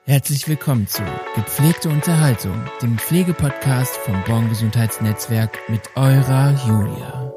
Herzlich willkommen zu Gepflegte Unterhaltung, dem Pflegepodcast vom Born Gesundheitsnetzwerk mit eurer Julia.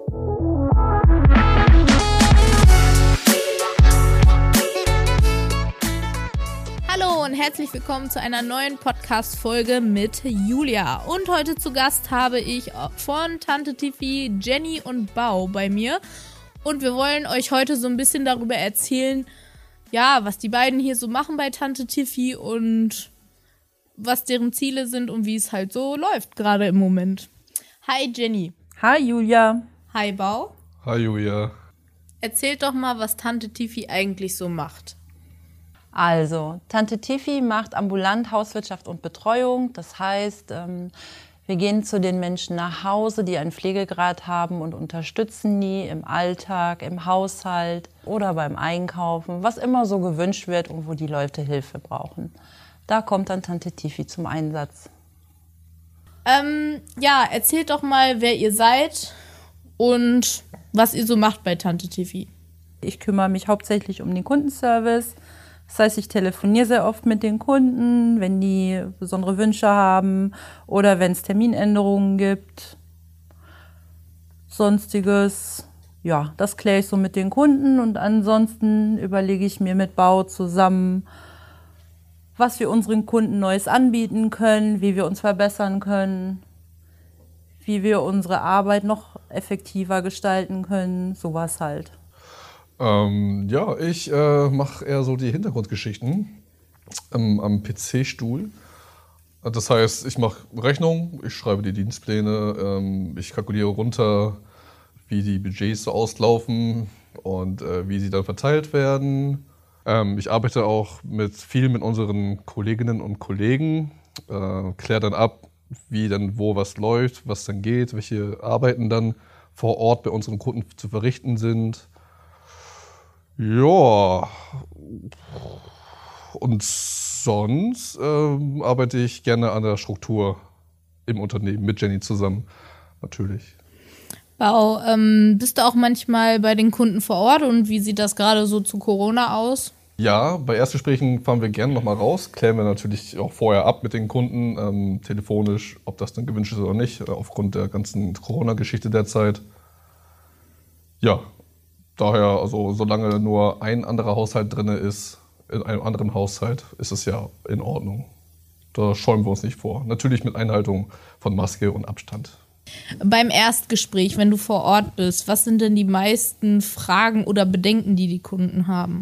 Hallo und herzlich willkommen zu einer neuen Podcast-Folge mit Julia. Und heute zu Gast habe ich von Tante Tiffy, Jenny und Bao bei mir. Und wir wollen euch heute so ein bisschen darüber erzählen, ja, was die beiden hier so machen bei Tante Tiffy und was deren Ziele sind und wie es halt so läuft gerade im Moment. Hi Jenny. Hi Julia. Hi Bao. Hi Julia. Erzählt doch mal, was Tante Tiffy eigentlich so macht. Also, Tante Tiffy macht ambulant Hauswirtschaft und Betreuung. Das heißt, wir gehen zu den Menschen nach Hause, die einen Pflegegrad haben und unterstützen die im Alltag, im Haushalt oder beim Einkaufen, was immer so gewünscht wird und wo die Leute Hilfe brauchen. Da kommt dann Tante Tiffy zum Einsatz. Ja, erzählt doch mal, wer ihr seid und was ihr so macht bei Tante Tiffy. Ich kümmere mich hauptsächlich um den Kundenservice. Das heißt, ich telefoniere sehr oft mit den Kunden, wenn die besondere Wünsche haben oder wenn es Terminänderungen gibt. Sonstiges, ja, das kläre ich so mit den Kunden und ansonsten überlege ich mir mit Bao zusammen, was wir unseren Kunden Neues anbieten können, wie wir uns verbessern können, wie wir unsere Arbeit noch effektiver gestalten können, sowas halt. Ja, ich mache eher so die Hintergrundgeschichten am PC-Stuhl. Das heißt, ich mache Rechnungen, ich schreibe die Dienstpläne, ich kalkuliere runter, wie die Budgets so auslaufen und wie sie dann verteilt werden. Ich arbeite auch viel mit unseren Kolleginnen und Kollegen, kläre dann ab, wie dann wo was läuft, was dann geht, welche Arbeiten dann vor Ort bei unseren Kunden zu verrichten sind. Ja, und sonst arbeite ich gerne an der Struktur im Unternehmen mit Jenny zusammen, natürlich. Bao, bist du auch manchmal bei den Kunden vor Ort und wie sieht das gerade so zu Corona aus? Ja, bei Erstgesprächen fahren wir gerne nochmal raus, klären wir natürlich auch vorher ab mit den Kunden, telefonisch, ob das dann gewünscht ist oder nicht, aufgrund der ganzen Corona-Geschichte derzeit. Ja. Daher, also solange nur ein anderer Haushalt drin ist, in einem anderen Haushalt, ist es ja in Ordnung. Da scheuen wir uns nicht vor. Natürlich mit Einhaltung von Maske und Abstand. Beim Erstgespräch, wenn du vor Ort bist, was sind denn die meisten Fragen oder Bedenken, die die Kunden haben?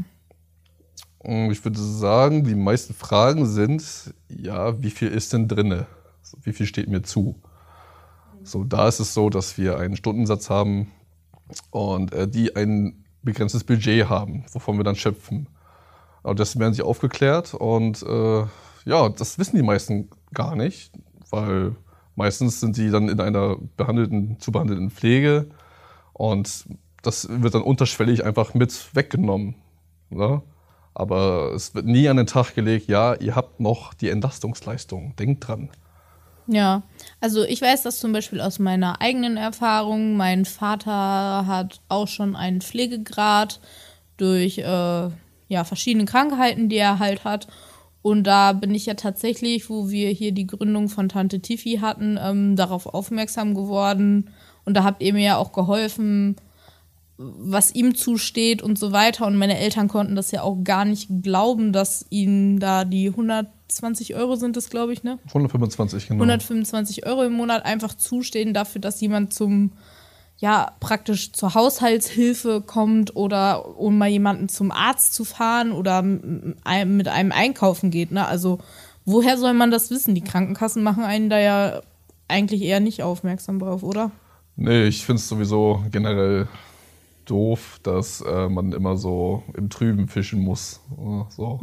Ich würde sagen, die meisten Fragen sind, ja, wie viel ist denn drin? Wie viel steht mir zu? So, da ist es so, dass wir einen Stundensatz haben, und die ein begrenztes Budget haben, wovon wir dann schöpfen. Aber das werden sie aufgeklärt und ja, das wissen die meisten gar nicht, weil meistens sind sie dann in einer zu behandelnden Pflege und das wird dann unterschwellig einfach mit weggenommen. Ne? Aber es wird nie an den Tag gelegt, ja, ihr habt noch die Entlastungsleistung, denkt dran. Ja, also ich weiß das zum Beispiel aus meiner eigenen Erfahrung. Mein Vater hat auch schon einen Pflegegrad durch verschiedene Krankheiten, die er halt hat. Und da bin ich ja tatsächlich, wo wir hier die Gründung von Tante Tiffy hatten, darauf aufmerksam geworden. Und da habt ihr mir ja auch geholfen, was ihm zusteht und so weiter. Und meine Eltern konnten das ja auch gar nicht glauben, dass ihnen da die 120 Euro sind es, glaube ich, ne? 125, genau. 125 Euro im Monat einfach zustehen dafür, dass jemand praktisch zur Haushaltshilfe kommt oder um mal jemanden zum Arzt zu fahren oder mit einem einkaufen geht, ne? Also woher soll man das wissen? Die Krankenkassen machen einen da ja eigentlich eher nicht aufmerksam drauf, oder? Nee, ich finde es sowieso generell doof, dass man immer so im Trüben fischen muss. So.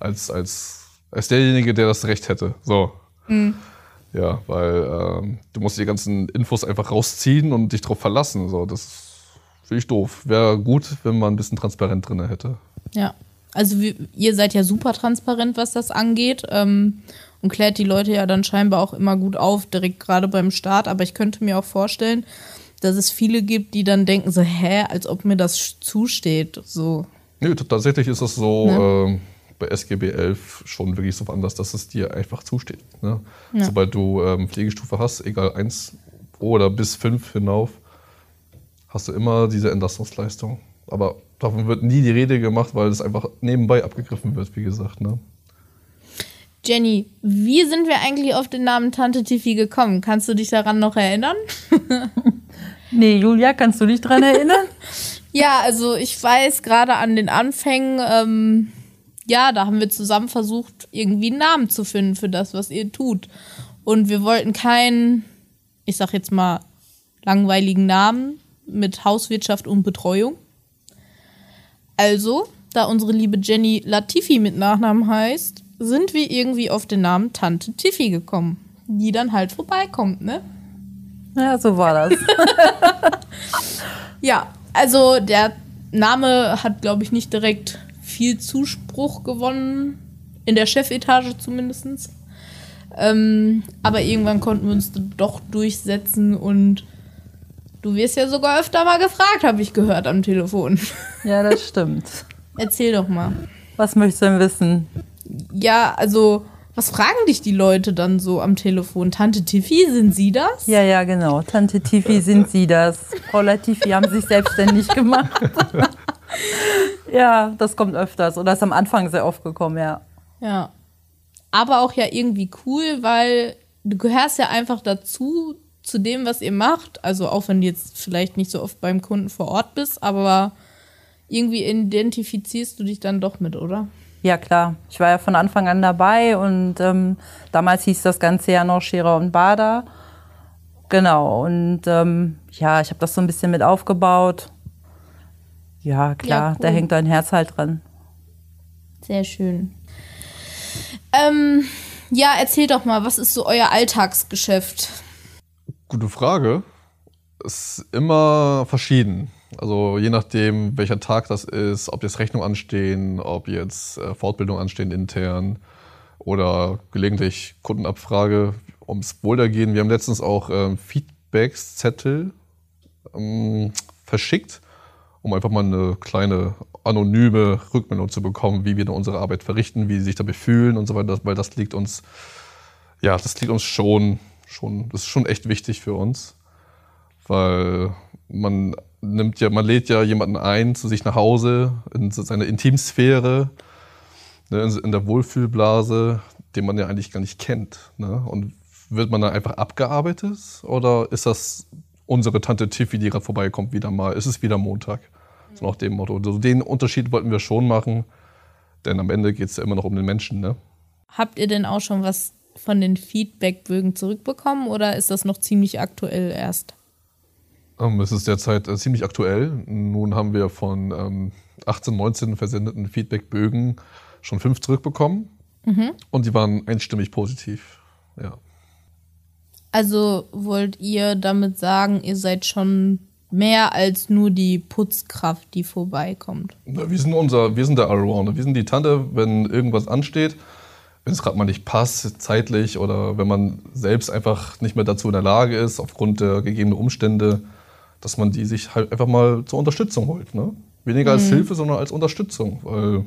Als derjenige, der das Recht hätte. So. Ja, weil du musst die ganzen Infos einfach rausziehen und dich drauf verlassen. So. Das finde ich doof. Wäre gut, wenn man ein bisschen transparent drin hätte. Ja, also ihr seid ja super transparent, was das angeht. Und klärt die Leute ja dann scheinbar auch immer gut auf, direkt gerade beim Start. Aber ich könnte mir auch vorstellen, dass es viele gibt, die dann denken so, als ob mir das zusteht. So. Nee, tatsächlich ist das so, bei SGB 11 schon wirklich so veranlasst, dass es dir einfach zusteht. Ne? Ja. Sobald du Pflegestufe hast, egal 1 oder bis 5 hinauf, hast du immer diese Entlastungsleistung. Aber davon wird nie die Rede gemacht, weil es einfach nebenbei abgegriffen wird, wie gesagt. Ne? Jenny, wie sind wir eigentlich auf den Namen Tante Tiffy gekommen? Kannst du dich daran noch erinnern? Nee, Julia, kannst du dich dran erinnern? Ja, also ich weiß gerade an den Anfängen, da haben wir zusammen versucht, irgendwie einen Namen zu finden für das, was ihr tut. Und wir wollten keinen, ich sag jetzt mal, langweiligen Namen mit Hauswirtschaft und Betreuung. Also, da unsere liebe Jenny Latifi mit Nachnamen heißt, sind wir irgendwie auf den Namen Tante Tiffy gekommen, die dann halt vorbeikommt, ne? Ja, so war das. Ja, also der Name hat, glaube ich, nicht direkt viel Zuspruch gewonnen, in der Chefetage zumindest. Aber irgendwann konnten wir uns doch durchsetzen und du wirst ja sogar öfter mal gefragt, habe ich gehört am Telefon. Ja, das stimmt. Erzähl doch mal. Was möchtest du denn wissen? Ja, also, was fragen dich die Leute dann so am Telefon? Tante Tiffy, sind Sie das? Ja, genau. Tante Tiffy, sind Sie das? Frau Latifi haben sich selbstständig gemacht. Ja, das kommt öfters. Oder ist am Anfang sehr oft gekommen, ja. Ja. Aber auch ja irgendwie cool, weil du gehörst ja einfach dazu, zu dem, was ihr macht. Also auch wenn du jetzt vielleicht nicht so oft beim Kunden vor Ort bist, aber irgendwie identifizierst du dich dann doch mit, oder? Ja, klar. Ich war ja von Anfang an dabei und damals hieß das Ganze ja noch Scherer und Bader. Genau. Und ich habe das so ein bisschen mit aufgebaut. Ja, klar, Ja, cool. Da hängt dein Herz halt dran. Sehr schön. Erzähl doch mal, was ist so euer Alltagsgeschäft? Gute Frage. Ist immer verschieden. Also je nachdem, welcher Tag das ist, ob jetzt Rechnungen anstehen, ob jetzt Fortbildungen anstehen intern oder gelegentlich Kundenabfrage ums Wohlergehen. Wir haben letztens auch Feedbackszettel verschickt, um einfach mal eine kleine anonyme Rückmeldung zu bekommen, wie wir da unsere Arbeit verrichten, wie sie sich dabei fühlen und so weiter, weil das liegt uns schon, das ist schon echt wichtig für uns, weil man lädt ja jemanden ein zu sich nach Hause, in seine Intimsphäre, ne, in der Wohlfühlblase, den man ja eigentlich gar nicht kennt. Ne? Und wird man dann einfach abgearbeitet oder ist das unsere Tante Tiffy, die gerade vorbeikommt, wieder mal? Ist es wieder Montag? So nach dem Motto. Also den Unterschied wollten wir schon machen, denn am Ende geht es ja immer noch um den Menschen. Ne? Habt ihr denn auch schon was von den Feedbackbögen zurückbekommen oder ist das noch ziemlich aktuell erst? Es ist derzeit ziemlich aktuell. Nun haben wir von 18, 19 versendeten Feedbackbögen schon 5 zurückbekommen. Und die waren einstimmig positiv. Ja. Also wollt ihr damit sagen, ihr seid schon mehr als nur die Putzkraft, die vorbeikommt? Wir sind der Allrounder. Wir sind die Tante, wenn irgendwas ansteht, wenn es gerade mal nicht passt, zeitlich oder wenn man selbst einfach nicht mehr dazu in der Lage ist, aufgrund der gegebenen Umstände, dass man die sich halt einfach mal zur Unterstützung holt. Ne? Weniger als Hilfe, sondern als Unterstützung. Weil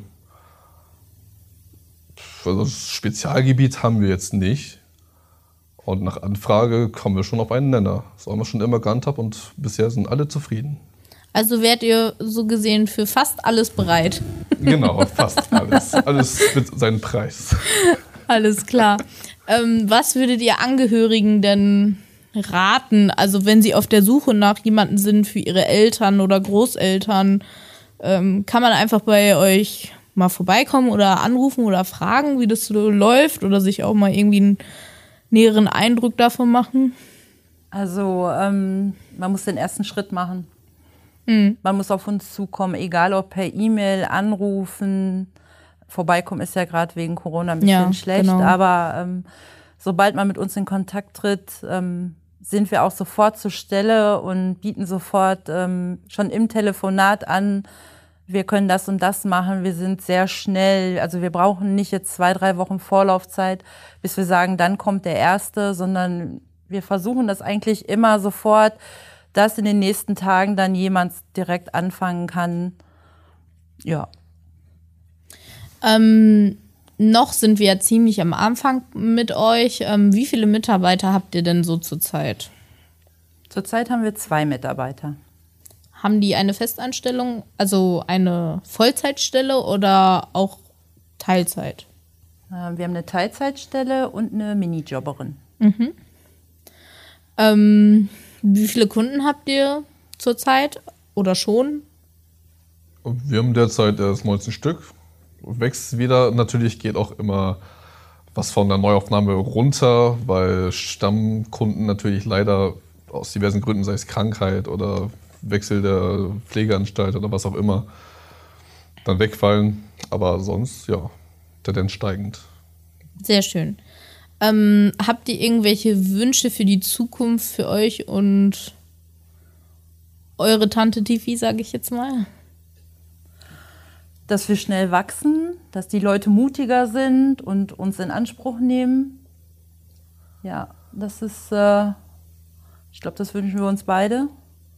das Spezialgebiet haben wir jetzt nicht. Und nach Anfrage kommen wir schon auf einen Nenner. Das haben wir schon immer gehandhabt und bisher sind alle zufrieden. Also wärt ihr so gesehen für fast alles bereit? Genau, fast alles. Alles mit seinem Preis. Alles klar. Was würdet ihr Angehörigen denn raten? Also wenn sie auf der Suche nach jemandem sind für ihre Eltern oder Großeltern, kann man einfach bei euch mal vorbeikommen oder anrufen oder fragen, wie das so läuft oder sich auch mal irgendwie einen näheren Eindruck davon machen? Also man muss den ersten Schritt machen. Man muss auf uns zukommen, egal ob per E-Mail, anrufen. Vorbeikommen ist ja gerade wegen Corona ein bisschen schlecht, genau. Aber sobald man mit uns in Kontakt tritt, sind wir auch sofort zur Stelle und bieten sofort schon im Telefonat an, wir können das und das machen, wir sind sehr schnell. Also wir brauchen nicht jetzt 2-3 Wochen Vorlaufzeit, bis wir sagen, dann kommt der Erste, sondern wir versuchen das eigentlich immer sofort, dass in den nächsten Tagen dann jemand direkt anfangen kann. Ja. Noch sind wir ja ziemlich am Anfang mit euch. Wie viele Mitarbeiter habt ihr denn so zurzeit? Zurzeit haben wir 2 Mitarbeiter. Haben die eine Festanstellung, also eine Vollzeitstelle oder auch Teilzeit? Wir haben eine Teilzeitstelle und eine Minijobberin. Wie viele Kunden habt ihr zurzeit oder schon? Wir haben derzeit erst 19 Stück. Wächst wieder. Natürlich geht auch immer was von der Neuaufnahme runter, weil Stammkunden natürlich leider aus diversen Gründen, sei es Krankheit oder Wechsel der Pflegeanstalt oder was auch immer, dann wegfallen. Aber sonst, ja, Tendenz steigend. Sehr schön. Habt ihr irgendwelche Wünsche für die Zukunft für euch und eure Tante Tifi, sage ich jetzt mal? Dass wir schnell wachsen, dass die Leute mutiger sind und uns in Anspruch nehmen. Ja, das ist, ich glaube, das wünschen wir uns beide.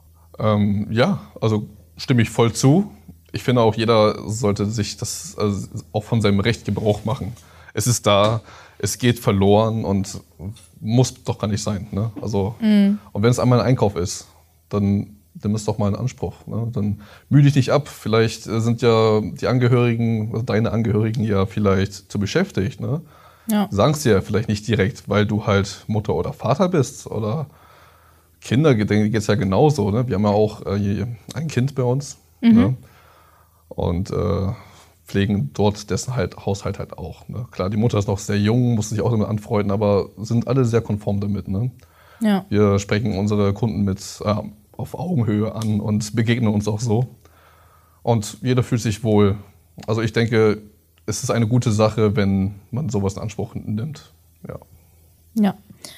Ja, also stimme ich voll zu. Ich finde auch, jeder sollte sich das auch von seinem Recht Gebrauch machen. Es ist da, es geht verloren und muss doch gar nicht sein. Ne? Also, und wenn es einmal ein Einkauf ist, dann ist doch mal ein Anspruch. Ne? Dann mühe dich nicht ab. Vielleicht sind ja die Angehörigen, also deine Angehörigen ja vielleicht zu beschäftigt. Ne? Ja. Sagen es dir ja vielleicht nicht direkt, weil du halt Mutter oder Vater bist oder Kinder, denen geht es ja genauso. Ne? Wir haben ja auch ein Kind bei uns. Ne? Und pflegen dort dessen Haushalt halt auch. Ne? Klar, die Mutter ist noch sehr jung, muss sich auch damit anfreunden, aber sind alle sehr konform damit. Ne? Ja. Wir sprechen unsere Kunden auf Augenhöhe an und begegnen uns auch so. Und jeder fühlt sich wohl. Also ich denke, es ist eine gute Sache, wenn man sowas in Anspruch nimmt. Ja. Ja.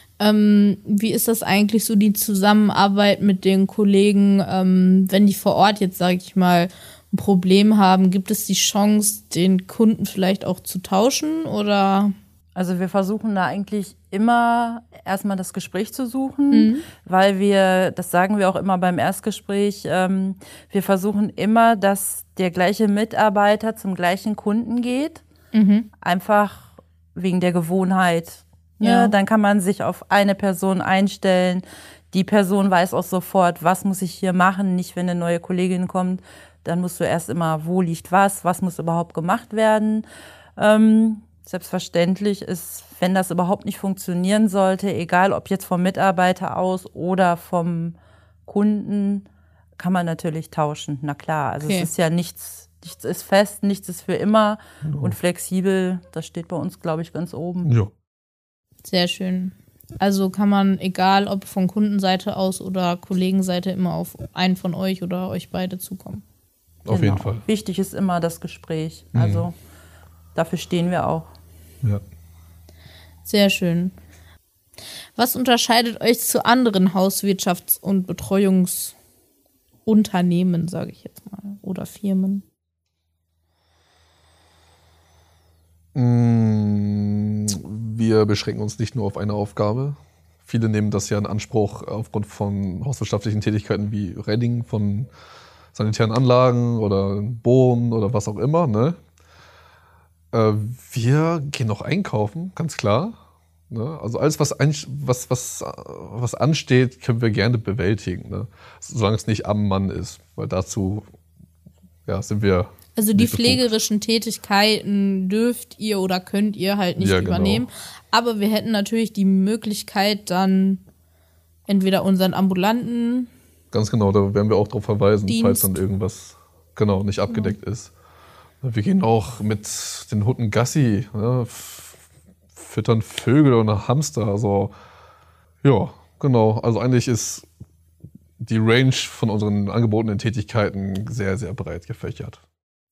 Wie ist das eigentlich so, die Zusammenarbeit mit den Kollegen, wenn die vor Ort jetzt, sage ich mal, ein Problem haben? Gibt es die Chance, den Kunden vielleicht auch zu tauschen oder? Also wir versuchen da eigentlich immer erstmal das Gespräch zu suchen, weil das sagen wir auch immer beim Erstgespräch, wir versuchen immer, dass der gleiche Mitarbeiter zum gleichen Kunden geht, einfach wegen der Gewohnheit. Ne? Ja. Dann kann man sich auf eine Person einstellen. Die Person weiß auch sofort, was muss ich hier machen. Nicht, wenn eine neue Kollegin kommt, dann musst du erst immer, wo liegt was muss überhaupt gemacht werden. Selbstverständlich ist, wenn das überhaupt nicht funktionieren sollte, egal ob jetzt vom Mitarbeiter aus oder vom Kunden, kann man natürlich tauschen. Na klar, also Okay. es ist ja nichts ist fest, nichts ist für immer und flexibel. Das steht bei uns, glaube ich, ganz oben. Ja. Sehr schön. Also kann man, egal ob von Kundenseite aus oder Kollegenseite, immer auf einen von euch oder euch beide zukommen. Auf jeden Fall. Wichtig ist immer das Gespräch. Also dafür stehen wir auch. Ja. Sehr schön. Was unterscheidet euch zu anderen Hauswirtschafts- und Betreuungsunternehmen, sage ich jetzt mal, oder Firmen? Wir beschränken uns nicht nur auf eine Aufgabe. Viele nehmen das ja in Anspruch aufgrund von hauswirtschaftlichen Tätigkeiten wie Reinigen von sanitären Anlagen oder Bohren oder was auch immer. Ne? Wir gehen auch einkaufen, ganz klar. Ne? Also alles, was ansteht, können wir gerne bewältigen. Ne? Solange es nicht am Mann ist, weil dazu sind wir. Also die nicht befugt. pflegerischen Tätigkeiten dürft ihr oder könnt ihr halt nicht Ja, genau. übernehmen. Aber wir hätten natürlich die Möglichkeit, dann entweder unseren ambulanten. Ganz genau, da werden wir auch darauf verweisen, Dienst. falls dann irgendwas nicht abgedeckt ist. Wir gehen auch mit den Hunden Gassi, ne, füttern Vögel oder Hamster. Also ja, genau. Also eigentlich ist die Range von unseren angebotenen Tätigkeiten sehr, sehr breit gefächert.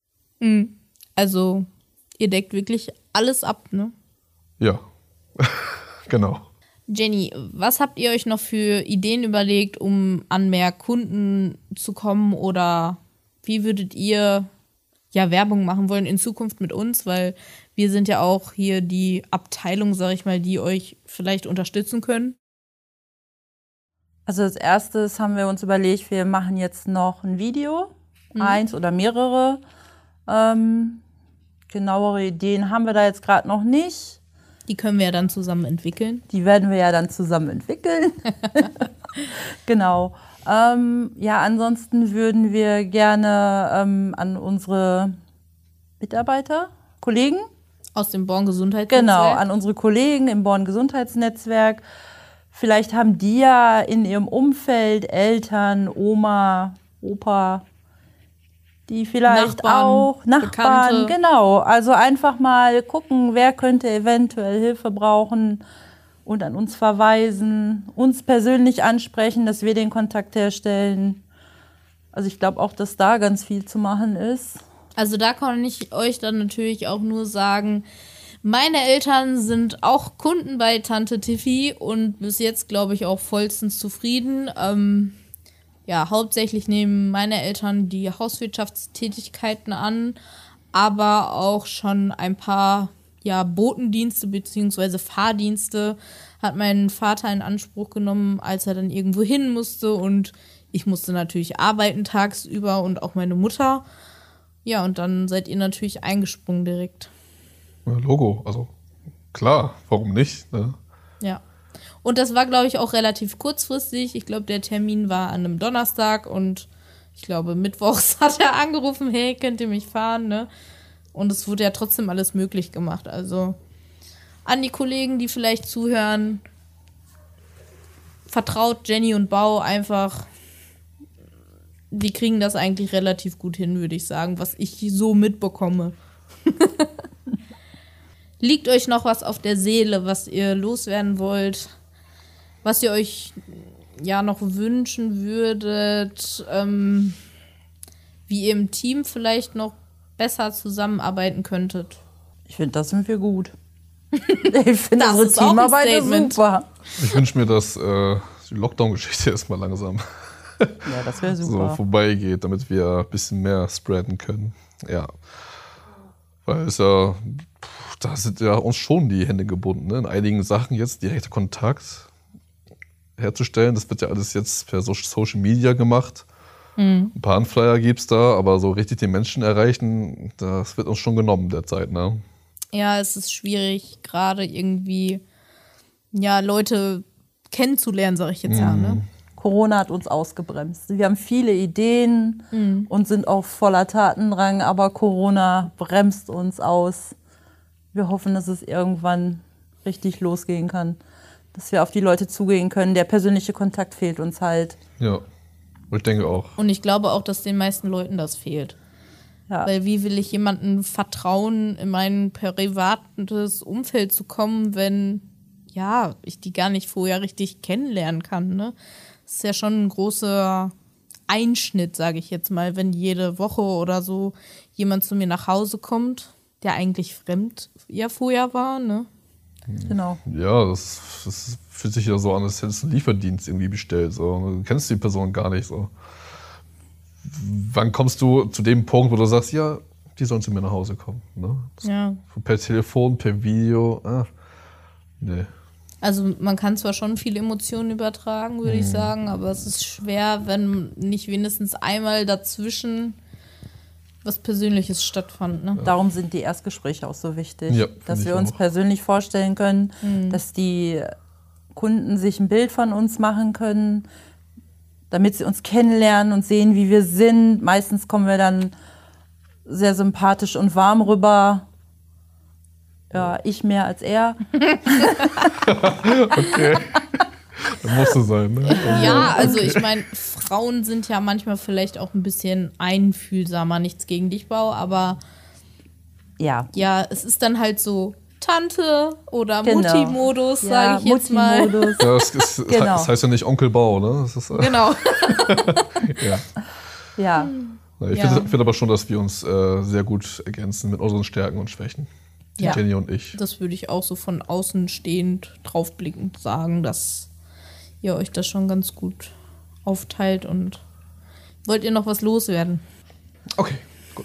Also ihr deckt wirklich alles ab, ne? Ja, genau. Jenny, was habt ihr euch noch für Ideen überlegt, um an mehr Kunden zu kommen? Oder wie würdet ihr Werbung machen wollen in Zukunft mit uns? Weil wir sind ja auch hier die Abteilung, sag ich mal, die euch vielleicht unterstützen können. Also als erstes haben wir uns überlegt, wir machen jetzt noch ein Video, eins oder mehrere, Genauere Ideen haben wir da jetzt gerade noch nicht. Die können wir ja dann zusammen entwickeln. Die werden wir ja dann zusammen entwickeln. Genau. Ansonsten würden wir gerne an unsere Mitarbeiter, Kollegen, Aus dem Born-Gesundheitsnetzwerk. genau, an unsere Kollegen im Born-Gesundheitsnetzwerk. Vielleicht haben die ja in ihrem Umfeld Eltern, Oma, Opa, die vielleicht auch Nachbarn, Bekannte. genau. Also einfach mal gucken, wer könnte eventuell Hilfe brauchen und an uns verweisen, uns persönlich ansprechen, dass wir den Kontakt herstellen. Also ich glaube auch, dass da ganz viel zu machen ist. Also da kann ich euch dann natürlich auch nur sagen, meine Eltern sind auch Kunden bei Tante Tiffy und bis jetzt, glaube ich, auch vollstens zufrieden. Hauptsächlich nehmen meine Eltern die Hauswirtschaftstätigkeiten an, aber auch schon ein paar Botendienste bzw. Fahrdienste hat mein Vater in Anspruch genommen, als er dann irgendwo hin musste. Und ich musste natürlich arbeiten tagsüber und auch meine Mutter. Ja, und dann seid ihr natürlich eingesprungen direkt. Ja, Logo, also klar, warum nicht? Ne? Ja. Und das war, glaube ich, auch relativ kurzfristig. Ich glaube, der Termin war an einem Donnerstag und ich glaube, mittwochs hat er angerufen, hey, könnt ihr mich fahren, ne? Und es wurde ja trotzdem alles möglich gemacht. Also an die Kollegen, die vielleicht zuhören, vertraut Jenny und Bau einfach. Die kriegen das eigentlich relativ gut hin, würde ich sagen, was ich so mitbekomme. Liegt euch noch was auf der Seele, was ihr loswerden wollt? Was ihr euch noch wünschen würdet? Wie ihr im Team vielleicht noch besser zusammenarbeiten könntet? Ich finde, das sind wir gut. Ich finde, Das unsere ist auch ein Teamarbeit ist Statement. super. Ich wünsche mir, dass die Lockdown-Geschichte erstmal langsam Ja, das wäre so super. vorbeigeht, damit wir ein bisschen mehr spreaden können. Ja. Weil es ja, da sind ja uns schon die Hände gebunden. Ne? In einigen Sachen jetzt direkter Kontakt herzustellen, das wird ja alles jetzt per Social Media gemacht. Ein paar Anflyer gibt es da, aber so richtig den Menschen erreichen, das wird uns schon genommen derzeit. Ne? Ja, es ist schwierig, gerade irgendwie Leute kennenzulernen, sag ich jetzt ne? Corona hat uns ausgebremst. Wir haben viele Ideen und sind auch voller Tatendrang, aber Corona bremst uns aus. Wir hoffen, dass es irgendwann richtig losgehen kann, dass wir auf die Leute zugehen können. Der persönliche Kontakt fehlt uns halt. Ja, ich denke auch. Und ich glaube auch, dass den meisten Leuten das fehlt. Ja. Weil wie will ich jemandem vertrauen, in mein privates Umfeld zu kommen, wenn ich die gar nicht vorher richtig kennenlernen kann, ne? Das ist ja schon ein großer Einschnitt, sage ich jetzt mal, wenn jede Woche oder so jemand zu mir nach Hause kommt, der eigentlich fremd vorher war, ne? Genau. Ja, das fühlt sich ja so an, als hättest du einen Lieferdienst irgendwie bestellt. So. Du kennst die Person gar nicht so. Wann kommst du zu dem Punkt, wo du sagst, ja, die sollen zu mir nach Hause kommen? Ne? Ja. Per Telefon, per Video, nee. Also man kann zwar schon viele Emotionen übertragen, würde ich sagen, aber es ist schwer, wenn nicht wenigstens einmal dazwischen was Persönliches stattfand. Ne? Darum sind die Erstgespräche auch so wichtig, Ja, dass find wir ich uns auch. persönlich vorstellen können, dass die Kunden sich ein Bild von uns machen können, damit sie uns kennenlernen und sehen, wie wir sind. Meistens kommen wir dann sehr sympathisch und warm rüber. Ja, ich mehr als er. Okay. Das muss so sein, ne? Ja, also ich meine, Frauen sind ja manchmal vielleicht auch ein bisschen einfühlsamer, nichts gegen dich, Bau, aber Ja, es ist dann halt so Tante oder Genau. Mutti-Modus, sage ich jetzt mal. Mutti-Modus. Ja, das heißt ja nicht Onkel Bau, ne? Das ist, Genau. ja. Ja, Ich Ja. finde aber schon, dass wir uns sehr gut ergänzen mit unseren Stärken und Schwächen. Die Ja. Jenny und ich. Das würde ich auch so von außen stehend draufblickend sagen, dass ihr euch das schon ganz gut aufteilt. Und wollt ihr noch was loswerden? Okay, gut.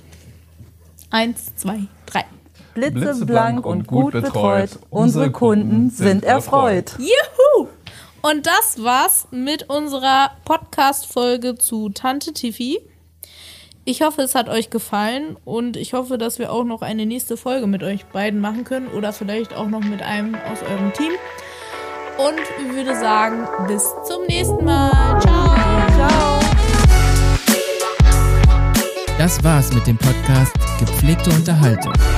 1, 2, 3. blitzeblank und gut betreut. Unsere Kunden sind erfreut. Juhu! Und das war's mit unserer Podcast-Folge zu Tante Tiffy. Ich hoffe, es hat euch gefallen und ich hoffe, dass wir auch noch eine nächste Folge mit euch beiden machen können oder vielleicht auch noch mit einem aus eurem Team. Und ich würde sagen, bis zum nächsten Mal. Ciao. Ciao. Das war's mit dem Podcast Gepflegte Unterhaltung.